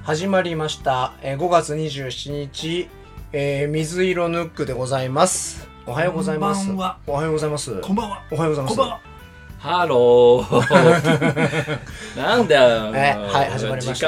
始まりました、5月27日、水色ヌックでございます。おはようございます。おはようございます。 こんばんは。 おはようございます。こんばんは。 ハローなんだよ、 はい、始まりました。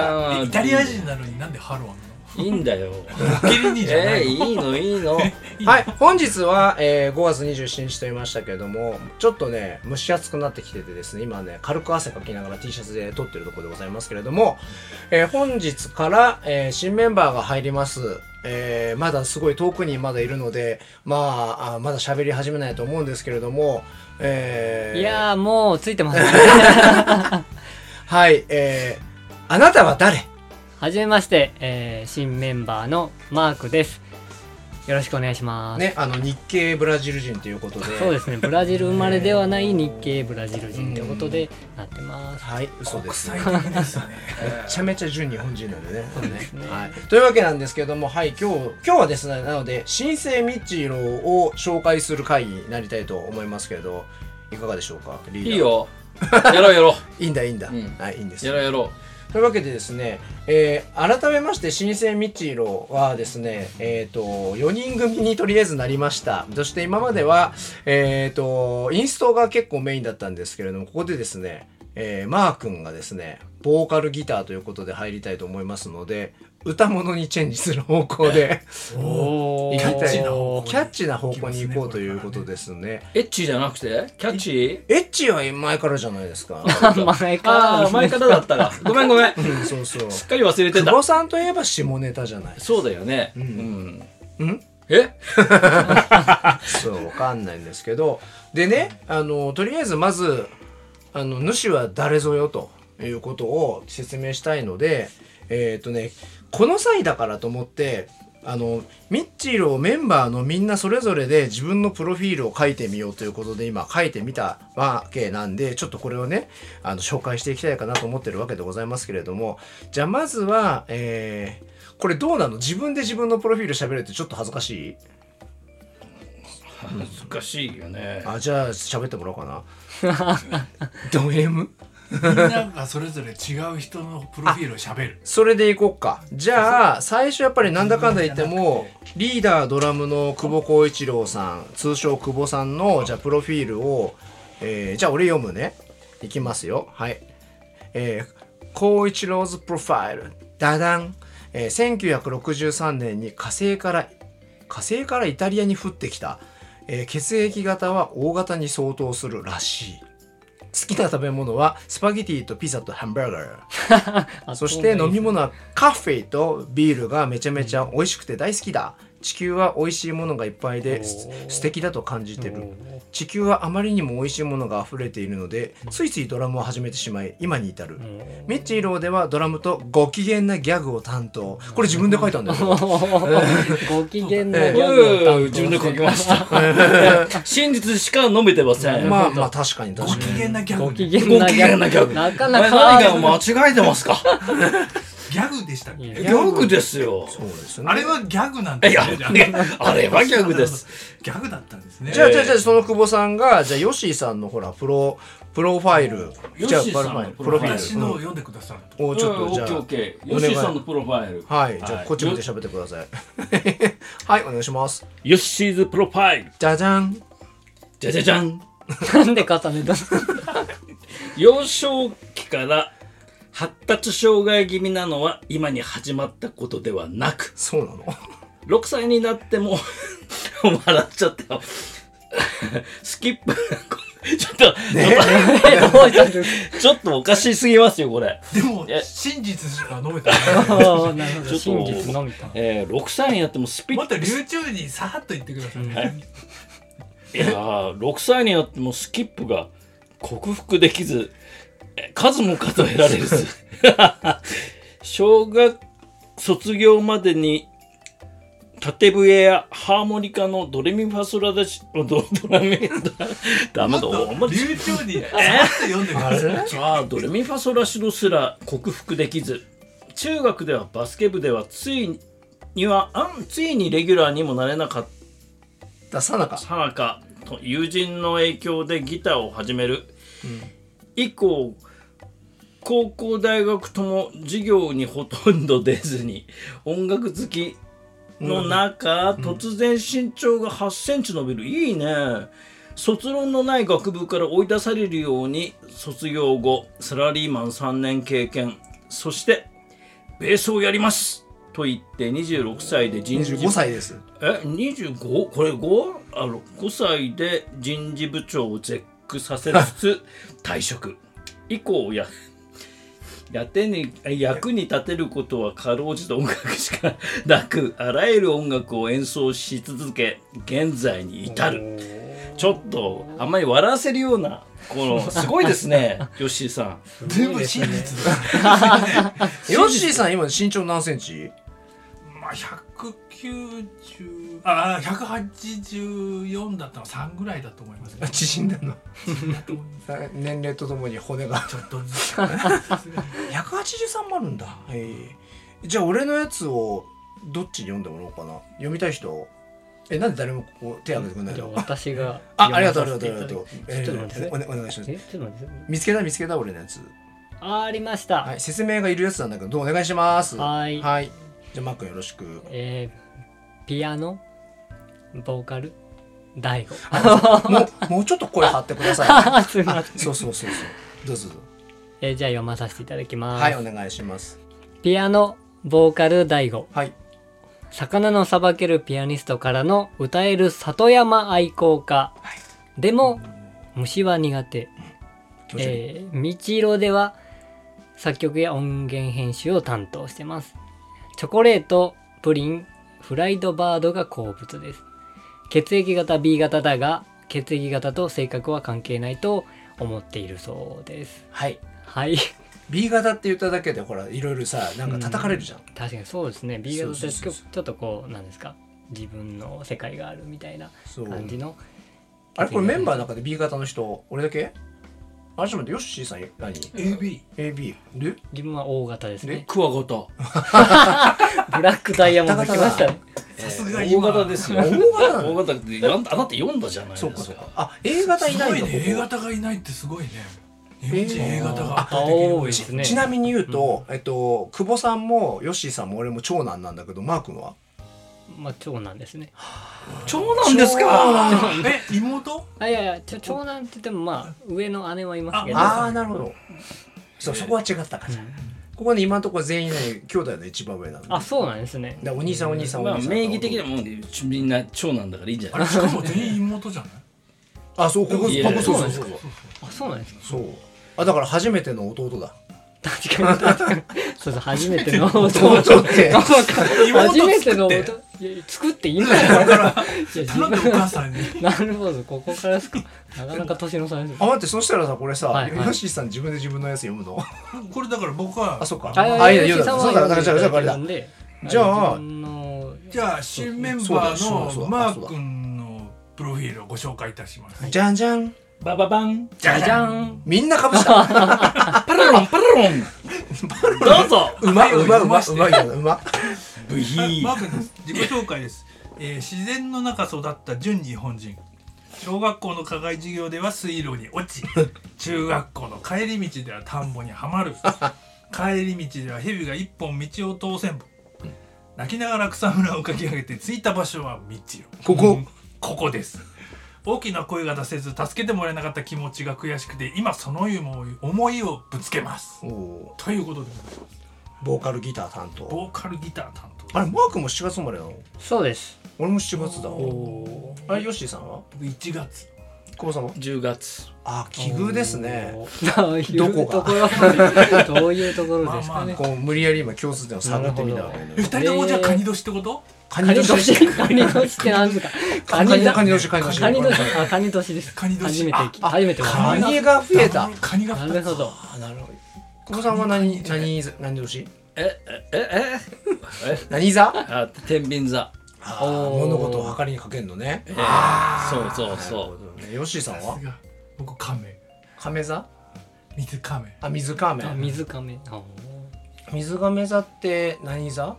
イタリア人なのになんでハローなの？ いいんだよ。 いいのはい、本日は、5月27日と言いましたけれども、ちょっとね蒸し暑くなってきててですね、今ね軽く汗かきながら T シャツで撮ってるところでございますけれども、本日から、新メンバーが入ります。まだすごい遠くにまだいるので、まだ喋り始めないと思うんですけれども、 いやーもうついてますねはい、あなたは誰？ はじめまして、新メンバーのマークです。よろしくお願いします。 ね、日系ブラジル人ということで。 そうですね、ブラジル生まれではない日系ブラジル人ということでなってます。 はい、嘘です。 国際的ですね。 めちゃめちゃ純日本人なんでね。はい。というわけなんですけども、はい、今日はですね、なので新生ミッチーローを紹介する会になりたいと思いますけれど、いかがでしょうか、リーダー。 いいよ。やろう。 いいんだ。はい、いいんです。やろう。というわけでですね、改めまして新生ミッチーロはですね、4人組にとりあえずなりました。そして今までは、インストが結構メインだったんですけれども、ここでですね、マー君がですね、ボーカルギターということで入りたいと思いますので、歌物にチェンジする方向でキャッチな方向に行こうということですね。 エッチじゃなくてキャッチ？ エッチは前からじゃないですか。 前からだったらごめん、 そうしっかり忘れてた。 久保さんといえば下ネタじゃない。 そうだよね。 えそう、わかんないんですけど、でね、とりあえずまず主は誰ぞよということを説明したいので、この際だからと思ってミッチーローメンバーのみんなそれぞれで自分のプロフィールを書いてみようということで今書いてみたわけなんで、ちょっとこれをね紹介していきたいかなと思ってるわけでございますけれども、じゃあまずは、これどうなの？自分で自分のプロフィール喋るってちょっと恥ずかしい？ 恥ずかしいよね。 じゃあ喋ってもらおうかな。ド M？ みんながそれぞれ違う人のプロフィールを喋る。 それでいこうか。じゃあ最初やっぱりなんだかんだ言ってもリーダードラムの久保浩一郎さん、通称久保さんのじゃあプロフィールを、じゃあ俺読むね。いきますよ。はい。浩一郎ズプロファイル。ダダン。1963年に火星からイタリアに降ってきた。血液型は O 型に相当するらしい。好きな食べ物はスパゲティとピザとハンバーガー。そして飲み物はカフェとビールがめちゃめちゃ美味しくて大好きだ。地球は美味しいものがいっぱいで素敵だと感じてる。地球はあまりにも美味しいものが溢れているのでついついドラムを始めてしまい今に至る。ミッチーローではドラムとご機嫌なギャグを担当。これ自分で書いたんだよ。 ご機嫌なギャグを担当。 自分で書きました。真実しか述べてません。 まあ確かにご機嫌なギャグ。 ご機嫌なギャグ。なかなか何が間違えてますか？ ギャグでしたっけ？ ギャグですよ。 そうですね。 あれはギャグなんですね。 あれはギャグです。 ギャグだったんですね。 じゃあその久保さんがじゃあヨッシーさんのほらプロファイル、 じゃあプロファイル、 私のを読んでくださる。 おちょっとじゃあオッケー。ヨッシーさんのプロファイル。 はい、じゃあこっち向いて喋ってください。はい、お願いします。 ヨッシーズプロファイル。 じゃじゃん。 じゃじゃじゃん。 なんで重ねた？ 幼少期から発達障害気味なのは今に始まったことではなく、 そうなの ？6歳になっても笑っちゃったよ。スキップちょっとおかしすぎますよこれ。 でも真実しか述べてない。 なるほど。真実のみた。 6歳になってもスピッもっと流暢にさーっと言ってください。 いや6歳になってもスキップが克服できず数も数えられず小学卒業までに縦笛やハーモニカのドレミファソラダシダメだもっと流暢にさーっと読んでください。 ドレミファソラシドすら克服できず、中学ではバスケ部ではついにレギュラーにもなれなかったさなかと友人の影響でギターを始める、以降高校大学とも授業にほとんど出ずに音楽好きの中、突然身長が8センチ伸びる。いいね。卒論のない学部から追い出されるように卒業後サラリーマン3年経験、そしてベースをやりますと言って26歳で人事 25歳です。 25? これ 5歳で人事部長を絶句させつつ退職以降役に立てることはかろうじて音楽しかなく、あらゆる音楽を演奏し続け現在に至る。ちょっとあんまり笑わせるようなすごいですねヨッシーさん。 全部真実だ。 ヨッシーさん今身長何センチ？ まあ184だったの3ぐらいだと思いますね。 縮んでんの？ だと思います。 年齢とともに骨がちょっとずつ。 183もあるんだ。じゃあ俺のやつをどっちに読んでもらおうかな。読みたい人。なんで誰もこう手挙げてくれないじゃあの？ 私がありがとうあり読まがとうさありがとう。 せていただきちょっと待ってお願いします。 ちょっと待って見つけた俺のやつ。 ありました。 はい、説明がいるやつなんだけど、お願いします。 はいじゃあマックよろしく。 ピアノボーカル大悟。 もうちょっと声張ってください。 すみません。 そうどうぞどうぞ。 じゃあ読まさせていただきます。 はい、お願いします。 ピアノボーカル大悟。 はい。 魚のさばけるピアニストからの歌える里山愛好家、でも虫は苦手、道色では作曲や音源編集を担当してます。チョコレート、プリン、フライドバードが好物です。血液型 B 型だが血液型と性格は関係ないと思っているそうです。はい B 型って言っただけでほらいろいろさなんか叩かれるじゃん。 確かにそうですね。 B 型ってちょっとこうなんですか、自分の世界があるみたいな感じの。 あれこれメンバーの中で B 型の人俺だけ？あれちょっと待って、ヨッシーさん何？ AB で？ 自分は O 型ですね。 クワガタ。 ブラックダイヤモンド来ましたね。 さすが大型ですよ。 大型ってあなた読んだじゃないですか。 そうか。A 型いないんだ。 すごいね。A 型がいないってすごいね。日本人 A 型が圧倒的に多いですね。 ちなみに言うと、久保さんもヨッシーさんも俺も長男なんだけど、マー君は？ まあ長男ですね。 長男ですか？ 妹？ いや長男って言ってもまあ上の姉はいますけど。 なるほど。そこは違ったかじゃん。ここで今のところ全員ね兄弟の一番上なんで。 そうなんですね。 お兄さん。 名義的なもんでみんな長男だからいいんじゃない？ しかも全員妹じゃない？ そうそう。 そうなんですか。 そう。だから初めての弟だ。 確かに。そう初めての弟って。 初めての弟。作っていいのかな。 頼んでお母さんに。 なるほど、ここからですか。なかなか年の差です。 待って、そしたらさこれさ、ヨッシーさん自分で自分のやつ読むの？ これだから僕は。 そうか。 そうだだからじゃあ新メンバーのマー君のプロフィールをご紹介いたします。 じゃんじゃん。 バババン。 じゃじゃん。 みんなかぶした。 パラロン。どうぞ。 うま。 ブヒー。マー君です。自己紹介です。自然の中育った純日本人。小学校の課外授業では水路に落ち、中学校の帰り道では田んぼにはまる。帰り道では蛇が一本道を通せんぼ。泣きながら草むらをかき上げて着いた場所は道路。ここです。大きな声が出せず助けてもらえなかった気持ちが悔しくて今その思いをぶつけます。ということでございます。 ボーカルギター担当。あれマー君も7月生まれなの？ そうです。 俺も7月だ。あれヨッシーさんは ？1月。 久保さんは ？10月。 奇遇ですね。 どこが？どういうところですかね。 無理やり今共通点を探ってみたわけね。 2人ともじゃあカニ年ってこと？ カニ年って何ですか？カニ年です。初めて。 カニが増えた。 カニが増えた。 なるほど。 久保さんは何年？何座？ 天秤座。 物事を計りにかけんのね。 そう。 ヨッシーさんは？ 僕亀座？ 水亀。 水亀。水亀座って何座？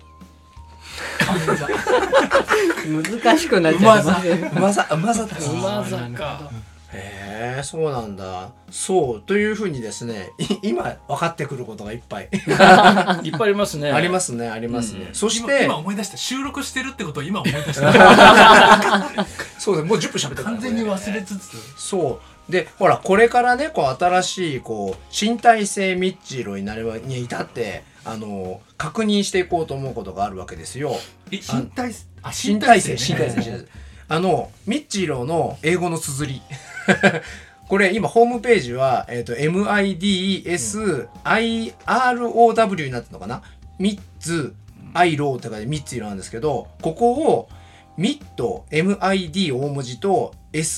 難しくなっちゃいます。 馬座か。 へえ、そうなんだ。そうというふうにですね、今分かってくることがいっぱいいっぱいありますね。 ありますね、ありますね。そし今て思い出した。収録してるってことを今思い出したそうです、もう10分喋ってたから完全に忘れつつ。 そうで、ほらこれからね、こう新しいこう身体性ミッチーロになればに至って確認していこうと思うことがあるわけですよ。 身体身体性ミッチーロの英語の綴りこれ今ホームページは、MIDSIROW になってるのかな、ミッツアイローって書いてミッツイロなんですけど、ここをミット MID 大文字と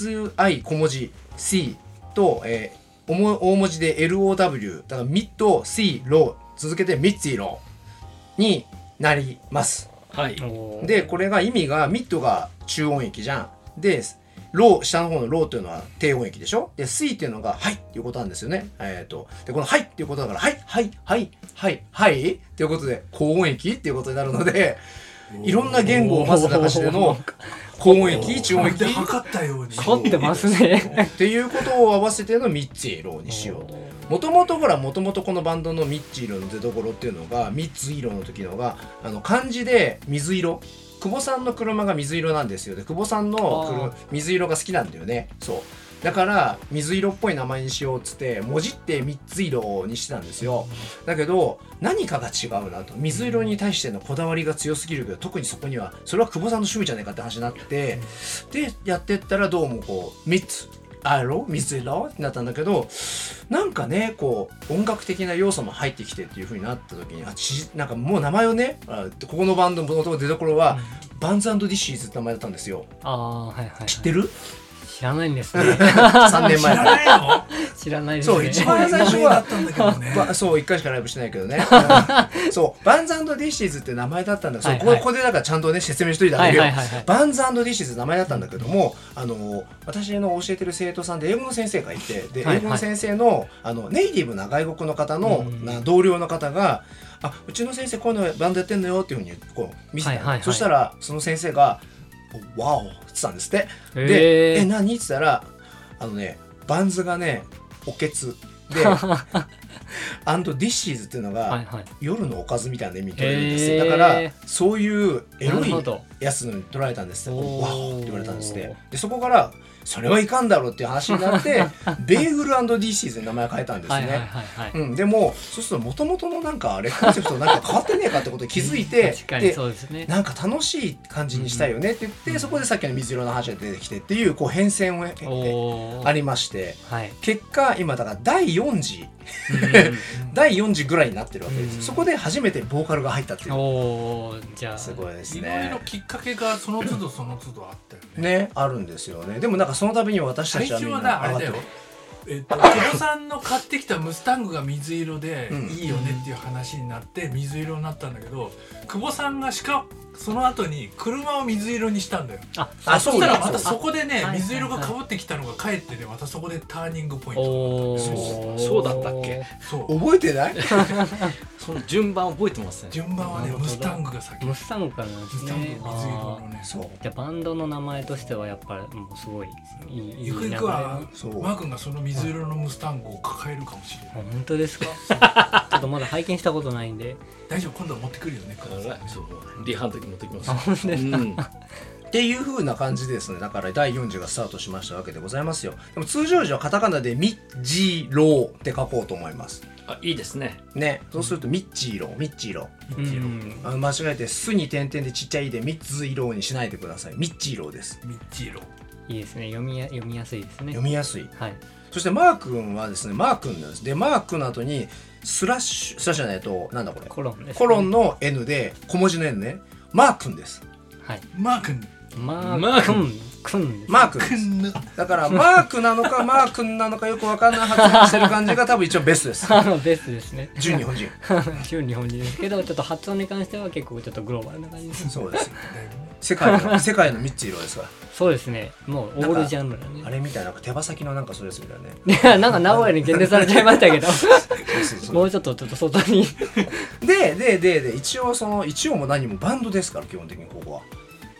SI 小文字 C と、大文字で LOW だからミット C ロー続けてミッツイロになります。 はい。 でこれが意味がミットが中音域じゃん。でロー、下の方のローというのは低音域でしょ。で C っていうのがはいっていうことなんですよね。でこのはいっていうことだからはいはいはいはいはいっていうことで高音域っていうことになるので、いろんな言語を混ぜた形での高音域、中音域測ったように凝ってますねっていうことを合わせてのミッツイローにしようと。もともとこのバンドのミッチ色の出所っていうのがミッツ色の時のが漢字で水色、久保さんの車が水色なんですよ。で久保さんの水色が好きなんだよね。そうだから水色っぽい名前にしようっつって文字ってミッツ色にしてたんですよ。だけど何かが違うなと、水色に対してのこだわりが強すぎるけど特にそこにはそれは久保さんの趣味じゃないかって話になって、でやってったらどうもこうミッツ水色ってなったんだけど、なんかねこう音楽的な要素も入ってきてっていう風になった時になんかもう名前をね、ここのバンドの元々出所は、バンズ&ディッシーズって名前だったんですよ。 はいはい、 知ってる？ 知らないんですね 3年前知らないの？ 知らないですね。 そう一番最初はだったんだけどねそう1回しかライブしてないけどねそうバンズ&ディッシーズって名前だったんだけど、 はいはい、 ここでだからちゃんとね説明しといてあげるよ、 はいはいはいはい、 バンズ&ディッシーズ名前だったんだけども、私の教えてる生徒さんで英語の先生がいて、で、英語の先生の、ネイティブな外国の方の、同僚の方がうちの先生こういうのバンドやってんのよっていうふうにこう見せた、はいはいはい、そしたらその先生がワオって言ってたんですって。で何って言ったらバンズがねおけつでアンドディッシーズっていうのが、はいはい、夜のおかずみたいな意味に取れるんですよ。だからそういうエロいやつに取られたんですって。ワオって言われたんですって。でそこからそれはいかんだろうっていう話になってベーグル&ディッシーズに名前を変えたんですね。でもそうすると元々のなんかあれコンセプトなんか変わってねえかってことに気づいて確かにそうですね、 なんか楽しい感じにしたいよねって言って、そこでさっきの水色の話が出てきてっていうこう変遷をありまして、はい、結果今だから第4次第4次ぐらいになってるわけです。そこで初めてボーカルが入ったっていう。じゃあすごいですね。 いろいろきっかけがその都度その都度あったよね。 ね、あるんですよね。でもなんかその度に私たちはみんな最初はあれだよ。久保さんの買ってきたムスタングが水色でいいよねっていう話になって水色になったんだけど、久保さんがその後に車を水色にしたんだよ。そしたらまたそこでね水色が被ってきたのがかえってねまたそこでターニングポイントだったんです。 そうだったっけ？ そう覚えてない？ その順番覚えてますね。 順番はねムスタングが先。 ムスタングからなんですね。 水色のね。 そう。じゃあバンドの名前としてはやっぱりもうすごいいいゆくゆくはマー君がその水色のムスタングを抱えるかもしれない。 本当ですか？ちょっとまだ拝見したことないんで。 大丈夫、今度は持ってくるよね。 リハの時持ってきます。 本当ですか？ っていう風な感じですね。だから第4次がスタートしましたわけでございますよ。でも通常時はカタカナでミッジーローって書こうと思います。 いいですね。 ね、そうするとミッチーロー、ミッチーロー。間違えてスに点々でちっちゃいでミッツイローにしないでください。ミッチーローです。 ミッチーロー。 いいですね。読みやすいですね。 読みやすい。 はい。 そしてマー君はですね、マー君なんです。でマー君の後にスラッシュじゃないとなんだこれ。 コロンですね。 コロンの N で小文字の N ね。マー君です。 はい。 マー君。 マー君だからマークなのかマー君なのかよく分かんない発音してる感じが多分一応ベストです。 ベストですね。 純日本人。 純日本人ですけどちょっと発音に関しては結構ちょっとグローバルな感じです。 そうです。世界のミッチー色ですから。 そうですね。もうオールジャンルだね。 あれみたいな手羽先のなんかそうですみたいなね。 なんか名古屋に限定されちゃいましたけど。もうちょっと外に。 で一応も何もバンドですから基本的にここは。っ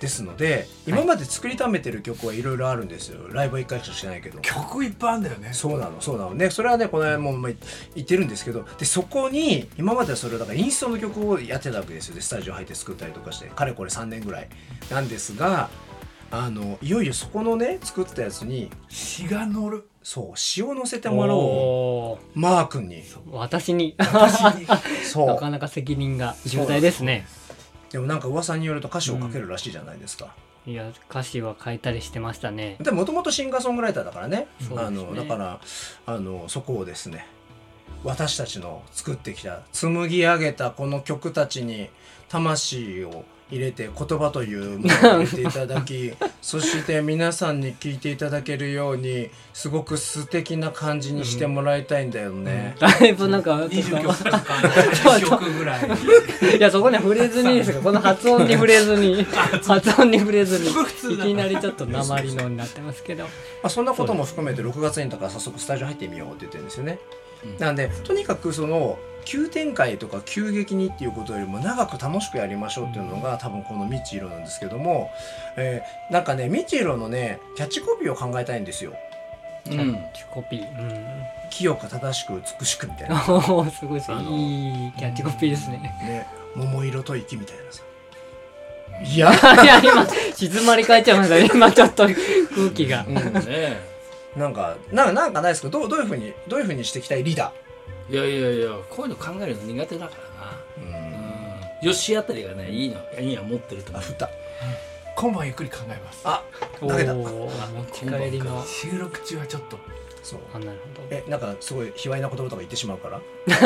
ですので、今まで作りためてる曲はいろいろあるんですよ。ライブは1回しかしてないけど。 曲いっぱいあるんだよね。 そうなのね。それはねこの間も言ってるんですけど、でそこに今まではそれをだからインストの曲をやってたわけですよ。でスタジオ入って作ったりとかして、かれこれ3年ぐらいなんですが、いよいよそこのね作ったやつに詩が乗る。 そう詩を乗せてもらおう、マー君に。 私にそうなかなか責任が重大ですね。 でもなんか噂によると歌詞を書けるらしいじゃないですか。 いや歌詞は書いたりしてましたね。 でもともとシンガーソングライターだからね。 そうですねだからそこをですね、私たちの作ってきた紡ぎ上げたこの曲たちに魂を入れて、言葉というものを入れていただきそして皆さんに聴いていただけるようにすごく素敵な感じにしてもらいたいんだよね。 だいぶなんか 20曲とか20曲ぐらい。 いやそこに触れずにですか、この発音に触れずに発音に触れずにいきなりちょっと鉛のになってますけど、 そんなことも含めて6月にだから早速スタジオ入ってみようって言ってるんですよね。なんでとにかくその急展開とか急激にっていうことよりも長く楽しくやりましょうっていうのが多分このみちいろなんですけども、なんかねみちいろのねキャッチコピーを考えたいんですよ。 キャッチコピー、 清く正しく美しくみたいなおおすごいですね、いいキャッチコピーですね。 ね、桃色と息みたいなさ。いやいや今静まり返っちゃいましたね今ちょっと空気が、 なんかないですか。どういうふうにしていきたいリーダー。 いやこういうの考えるの苦手だからな。よしあたりがねいいの持ってると思う。 振った。 今晩ゆっくり考えます。 お投げた。 持ち帰りの収録中はちょっとそう。 なるほど。 なんかすごい卑猥な言葉とか言ってしまうから。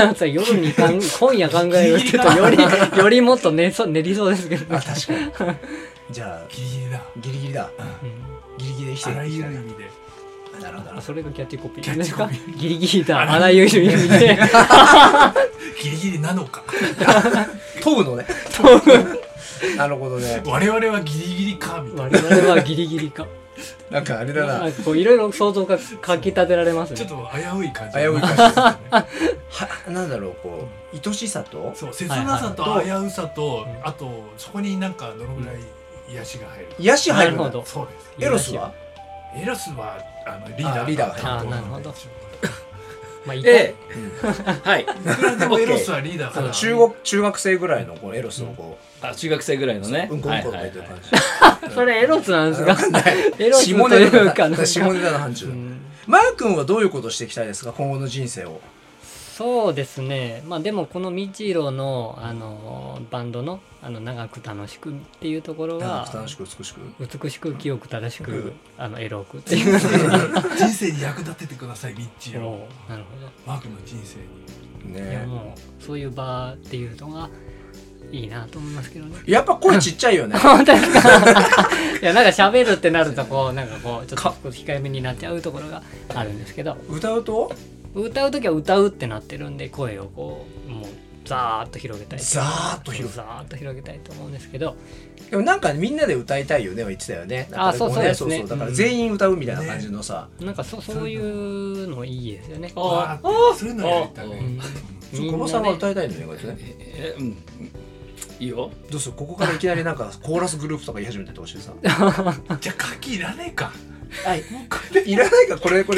夜に今夜考えるって言うとよりもっと練りそうですけど、ね、 確かに。じゃあギリギリだ。 ギリギリだ。ギリギリで生きてる。 あらゆる意味で。 なるほど。 それがキャッチコピーですか。ギリギリだ。あらゆる意味で。 ギリギリなのか。 問うのね。なるほどね。 我々はギリギリかみたいな。我々はギリギリか。 なんかあれだな。 こういろいろ想像がかき立てられますね。 ちょっと危うい感じ。 危うい感じですね。なんだろうこう愛しさと。 そう切なさと危うさと、あとそこになんかどのぐらい癒しが入る。 癒し入る。 そうです。 エロスは？ エロスはリーダーが入る。なるほど。 はい。 でもエロスはリーダーから。 中学生ぐらいのこうエロスをこう。中学生ぐらいのね。 うんこうんこ書いてる感じ。 それエロスなんですか？ エロスというか下ネタの範疇。マー君はどういうことをしていきたいですか今後の人生を。 そうですね。でもこのみちいろのバンドの長く楽しくっていうところは楽しく美しく美しく清く正しくエロくっていう人生に役立ててくださいみちいろ。 なるほど。 マー君の人生に。 いやもうそういう場っていうのがいいなと思いますけどね。 やっぱ声ちっちゃいよね。 本当ですか。いやなんか喋るってなるとこうちょっと控えめになっちゃうところがあるんですけど。 歌うと？ 歌う時は歌うってなってるんで声をこうもうザーッと広げたいザーッと広げたいと思うんですけど、 でもなんかみんなで歌いたいよねは言ってたよね。 そうですね。 だから全員歌うみたいな感じのさ、 なんかそういうのいいですよね。 そういうのやりたいね。 小野さんは歌いたいのよね。 いいよ。 どうするここからいきなりなんかコーラスグループとか言い始めてほしいさ。 じゃあ楽器いらねえか。 いらないかこれで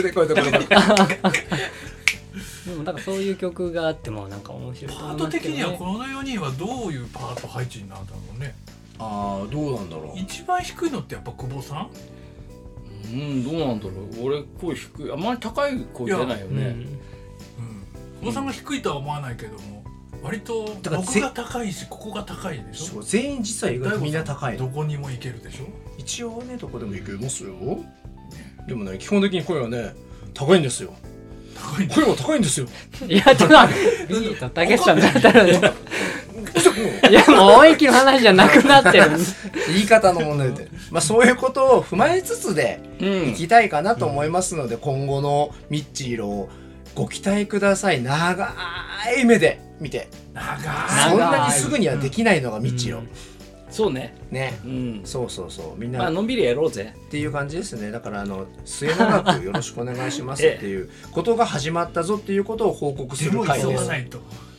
でもなんかそういう曲があってもなんか面白いと思いますけどね。 パート的にはこの4人はどういうパート配置になるんだろうね。 どうなんだろう。 一番低いのってやっぱ久保さん？ どうなんだろう。俺声低い。あんまり高い声出ないよね。 久保さんが低いとは思わないけども、割と僕が高いしここが高いでしょ。 全員実は意外とみんな高い。 どこにも行けるでしょ。 一応ねどこでも行けますよ。でもね基本的に声はね高いんですよ。声は高いんですよ。 いやちょっとビートたけしさんだったらね。いやもう思い切り話じゃなくなってる。 言い方の問題で、そういうことを踏まえつつでいきたいかなと思いますので、今後のミッチーロをご期待ください。長い目で見て。そんなにすぐにはできないのがミッチーロ。 そうね。 そうみんなのんびりやろうぜっていう感じですね。だから末永くよろしくお願いしますっていうことが始まったぞっていうことを報告する会です。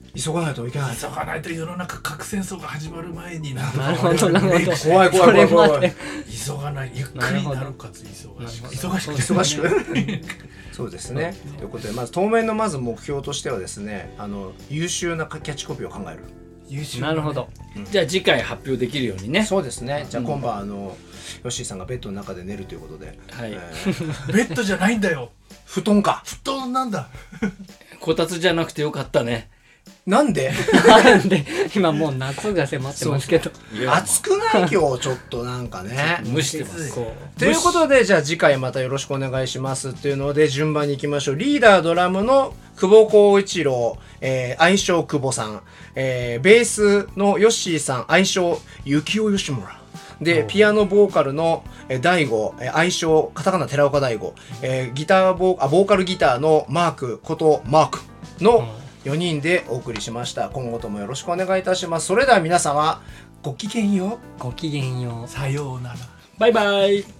急がないといけない。 急がないと世の中核戦争が始まる前になるほどなるほど。 怖い怖い怖い怖い。 急がない、ゆっくりなるかつ忙しく忙しくそうですね。ということでまず当面のまず目標としてはですね、優秀なキャッチコピーを考える。 優秀なるほど。 じゃあ次回発表できるようにね。 そうですね。じゃあ今晩ヨッシーさんがベッドの中で寝るということで、 はい。 ベッドじゃないんだよ。 布団か。 布団なんだ。 こたつじゃなくてよかったね。 なんでなんで今もう夏が迫ってますけど。 暑くない今日ちょっとなんかね。 蒸してます。 ということでじゃあ次回またよろしくお願いしますっていうので順番に行きましょう。リーダードラムの久保光一郎、愛称久保さん、ベースのヨッシーさん愛称幸男吉村でピアノボーカルの大悟、愛称カタカナ寺岡大悟、ボーカルギターのマークことマークの4人でお送りしました。今後ともよろしくお願いいたします。それでは皆様ごきげんよう。 ごきげんよう。 さようなら。 バイバイ。